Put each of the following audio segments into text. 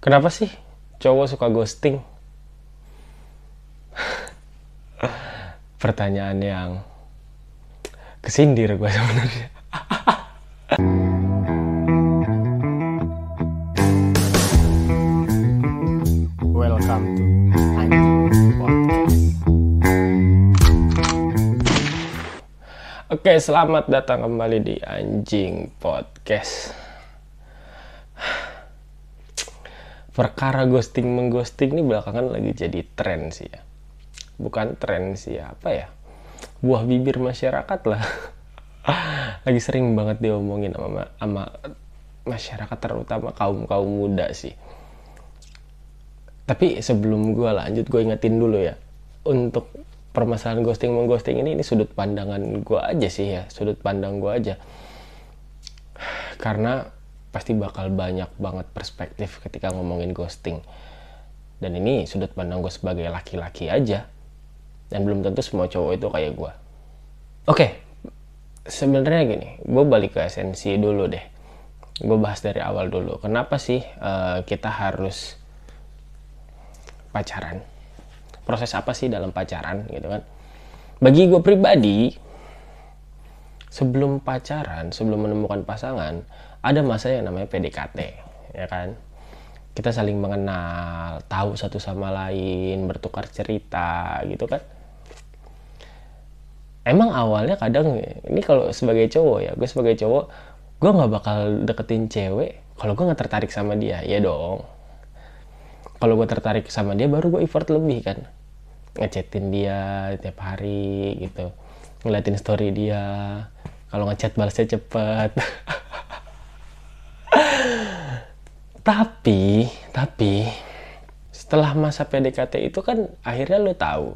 Kenapa sih cowok suka ghosting? Pertanyaan yang kesindir gue sebenarnya. Welcome to Anjing Podcast. Oke, selamat datang kembali di Anjing Podcast. Perkara ghosting-mengghosting ini belakangan lagi jadi tren sih ya. Bukan tren sih ya, apa ya? Buah bibir masyarakat lah. Lagi sering banget diomongin sama masyarakat, terutama kaum muda sih. Tapi sebelum gue lanjut, gue ingetin dulu ya. Untuk permasalahan ghosting-mengghosting ini sudut pandangan gue aja sih ya. Sudut pandang gue aja. Karena pasti bakal banyak banget perspektif ketika ngomongin ghosting. Dan ini sudut pandang gue sebagai laki-laki aja. Dan belum tentu semua cowok itu kayak gue. Oke, sebenarnya gini, gue balik ke esensi dulu deh. Gue bahas dari awal dulu. Kenapa sih kita harus pacaran? Proses apa sih dalam pacaran gitu kan? Bagi gue pribadi, sebelum pacaran, sebelum menemukan pasangan, ada masa yang namanya PDKT, ya kan? Kita saling mengenal, tahu satu sama lain, bertukar cerita, gitu kan? Emang awalnya kadang, ini kalau sebagai cowok ya, gue sebagai cowok, gue nggak bakal deketin cewek kalau gue nggak tertarik sama dia, ya dong. Kalau gue tertarik sama dia, baru gue effort lebih kan, ngechatin dia tiap hari, gitu, ngeliatin story dia, kalau ngechat balasnya cepet. Tapi setelah masa PDKT itu kan akhirnya lo tahu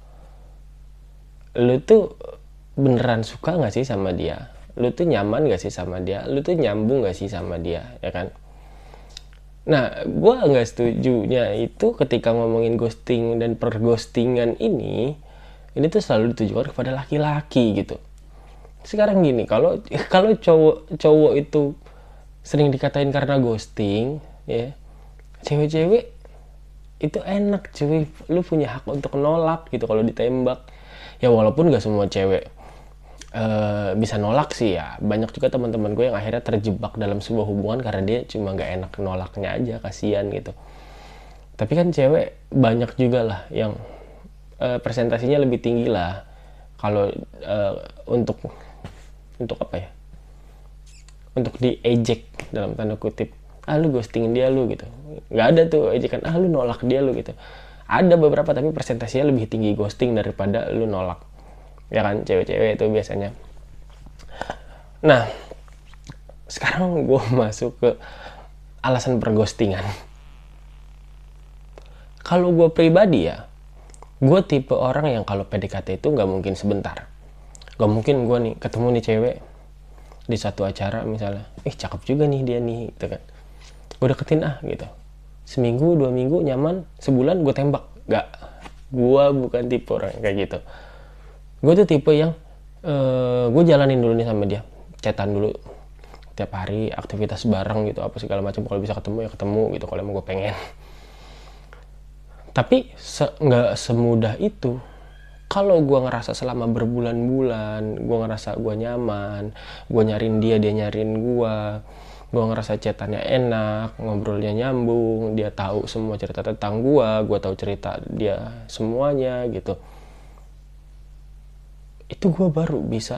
lo tuh beneran suka nggak sih sama dia, lo tuh nyaman nggak sih sama dia, lo tuh nyambung nggak sih sama dia, ya kan? Nah, gue nggak setujunya itu ketika ngomongin ghosting dan perghostingan ini tuh selalu ditujukan kepada laki-laki gitu. Sekarang gini, kalau cowok itu sering dikatain karena ghosting, ya, cewek-cewek itu enak cuy, lu punya hak untuk nolak gitu kalau ditembak. Ya walaupun gak semua cewek bisa nolak sih ya, banyak juga teman-teman gue yang akhirnya terjebak dalam sebuah hubungan karena dia cuma gak enak nolaknya aja, kasihan gitu. Tapi kan cewek banyak juga lah yang presentasinya lebih tinggi lah kalau untuk apa ya, untuk diejek dalam tanda kutip, lu ghostingin dia lu gitu. Nggak ada tuh ejekan, lu nolak dia lu gitu. Ada beberapa, tapi presentasinya lebih tinggi ghosting daripada lu nolak, ya kan, cewek-cewek itu biasanya. Nah, sekarang gue masuk ke alasan perghostingan. Kalau gue pribadi ya, gue tipe orang yang kalau PDKT itu nggak mungkin sebentar. Gak mungkin gue nih ketemu nih cewek di satu acara misalnya, cakep juga nih dia nih gitu kan, gue deketin gitu, seminggu 2 minggu nyaman, sebulan gue tembak. Gak, gue bukan tipe orang kayak gitu. Gue tuh tipe yang gue jalanin dulu nih sama dia, chatan dulu tiap hari, aktivitas bareng gitu, apa segala macam, kalau bisa ketemu ya ketemu gitu, kalau emang gue pengen. Tapi nggak semudah itu. Kalau gue ngerasa selama berbulan-bulan, gue ngerasa gue nyaman, gue nyariin dia, dia nyariin gue ngerasa chatannya enak, ngobrolnya nyambung, dia tahu semua cerita tentang gue tahu cerita dia semuanya gitu. Itu gue baru bisa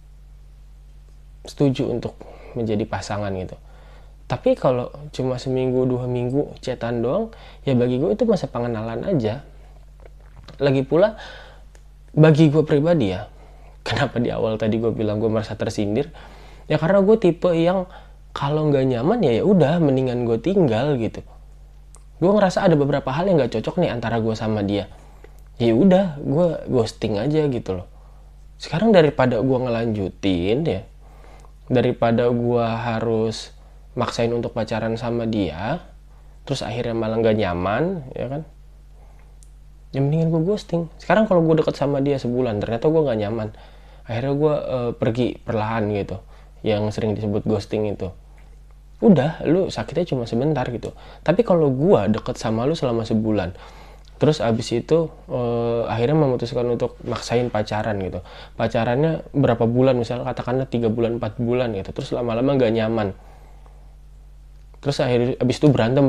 setuju untuk menjadi pasangan gitu. Tapi kalau cuma seminggu 2 minggu chatan doang, ya bagi gue itu masa pengenalan aja. Lagi pula bagi gue pribadi ya, kenapa di awal tadi gue bilang gue merasa tersindir, ya karena gue tipe yang kalau nggak nyaman ya udah, mendingan gue tinggal gitu. Gue ngerasa ada beberapa hal yang nggak cocok nih antara gue sama dia, ya udah gue ghosting aja gitu loh. Sekarang daripada gue ngelanjutin ya, daripada gue harus maksain untuk pacaran sama dia terus akhirnya malah nggak nyaman, ya kan, ya mendingan gue ghosting. Sekarang kalau gue deket sama dia sebulan ternyata gue gak nyaman, akhirnya gue pergi perlahan gitu, yang sering disebut ghosting itu. udah lu sakitnya cuma sebentar gitu. Tapi kalau gua deket sama lu selama sebulan, terus abis itu akhirnya memutuskan untuk maksain pacaran gitu. Pacarannya berapa bulan, misalnya katakanlah 3 bulan 4 bulan gitu, terus lama-lama gak nyaman, terus abis itu berantem,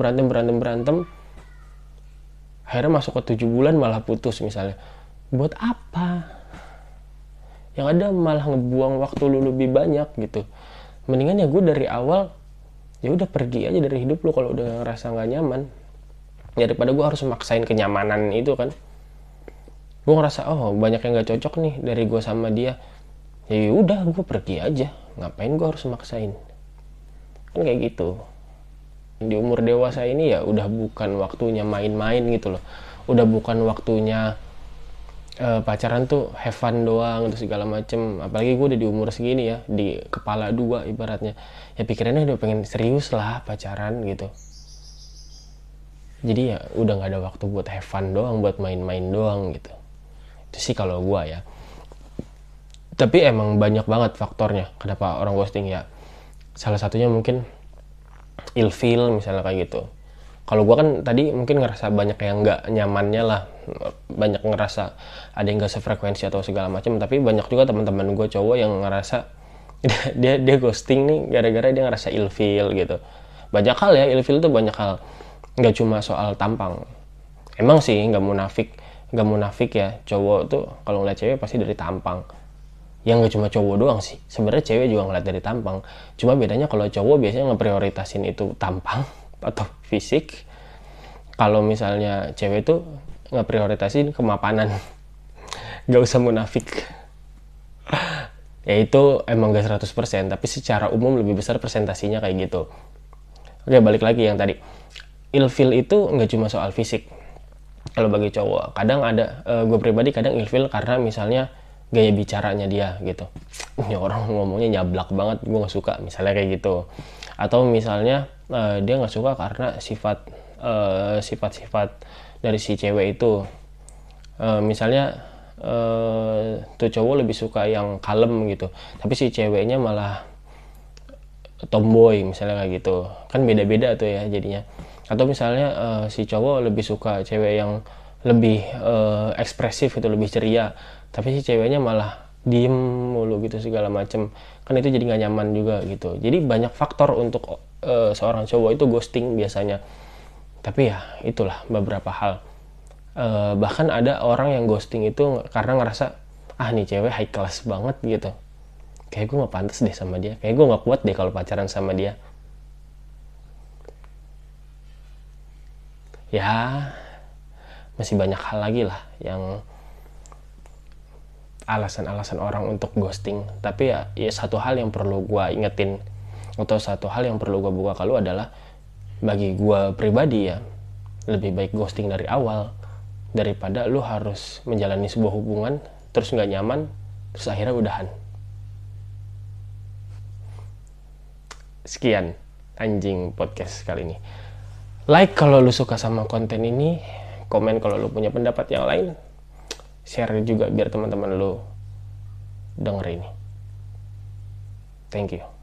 akhirnya masuk ke 7 bulan malah putus misalnya. Buat apa? Yang ada malah ngebuang waktu lu lebih banyak gitu. Mendingan ya gue dari awal ya udah pergi aja dari hidup lu kalau udah ngerasa nggak nyaman, daripada gue harus maksain kenyamanan itu kan. Gue ngerasa oh banyak yang nggak cocok nih dari gue sama dia, ya udah gue pergi aja, ngapain gue harus maksain, kan kayak gitu. Di umur dewasa ini ya udah bukan waktunya main-main gitu loh, udah bukan waktunya pacaran tuh have fun doang terus segala macem. Apalagi gue udah di umur segini ya, di kepala dua ibaratnya, ya pikirannya udah pengen serius lah pacaran gitu. Jadi ya udah nggak ada waktu buat have fun doang, buat main-main doang gitu. Itu sih kalau gue ya. Tapi emang banyak banget faktornya kenapa orang ghosting ya. Salah satunya mungkin ilfeel misalnya kayak gitu. Kalau gue kan tadi mungkin ngerasa banyak yang nggak nyamannya lah, banyak ngerasa ada yang nggak sefrekuensi atau segala macam. Tapi banyak juga teman-teman gue cowok yang ngerasa dia ghosting nih gara-gara dia ngerasa ilfeel gitu. Banyak hal ya, ilfeel tuh banyak hal, nggak cuma soal tampang. Emang sih nggak munafik ya, cowok tuh kalau ngeliat cewek pasti dari tampang. Yang nggak cuma cowok doang sih, sebenarnya cewek juga ngeliat dari tampang. Cuma bedanya kalau cowok biasanya ngeprioritasin itu tampang atau fisik. Kalau misalnya cewek tuh ngeprioritasin kemapanan. Gak usah munafik. Ya itu emang gak 100%, tapi secara umum lebih besar presentasinya kayak gitu. Oke, balik lagi yang tadi. Ilfeel itu nggak cuma soal fisik. Kalau bagi cowok, kadang ada, gue pribadi kadang ilfeel karena misalnya gaya bicaranya dia gitu. Ini orang ngomongnya nyablak banget, gue nggak suka, misalnya kayak gitu. Atau misalnya dia nggak suka karena sifat-sifat dari si cewek itu. Misalnya tuh cowok lebih suka yang kalem gitu, tapi si ceweknya malah tomboy misalnya kayak gitu. Kan beda-beda tuh ya jadinya. Atau misalnya si cowok lebih suka cewek yang lebih ekspresif itu, lebih ceria, tapi si ceweknya malah diem mulu gitu segala macem. Kan itu jadi nggak nyaman juga gitu. Jadi banyak faktor untuk seorang cowok itu ghosting biasanya. Tapi ya itulah beberapa hal. Bahkan ada orang yang ghosting itu karena ngerasa ah nih cewek high class banget gitu, kayak gue nggak pantas deh sama dia, kayak gue nggak kuat deh kalau pacaran sama dia. Ya masih banyak hal lagi lah yang alasan-alasan orang untuk ghosting. Tapi ya satu hal yang perlu gue ingetin, atau satu hal yang perlu gue buka kalau adalah, bagi gue pribadi ya, lebih baik ghosting dari awal daripada lu harus menjalani sebuah hubungan terus nggak nyaman terus akhirnya udahan. Sekian anjing podcast kali ini. Like kalau lu suka sama konten ini, komen kalau lu punya pendapat yang lain, share juga biar teman-teman lu denger ini. Thank you.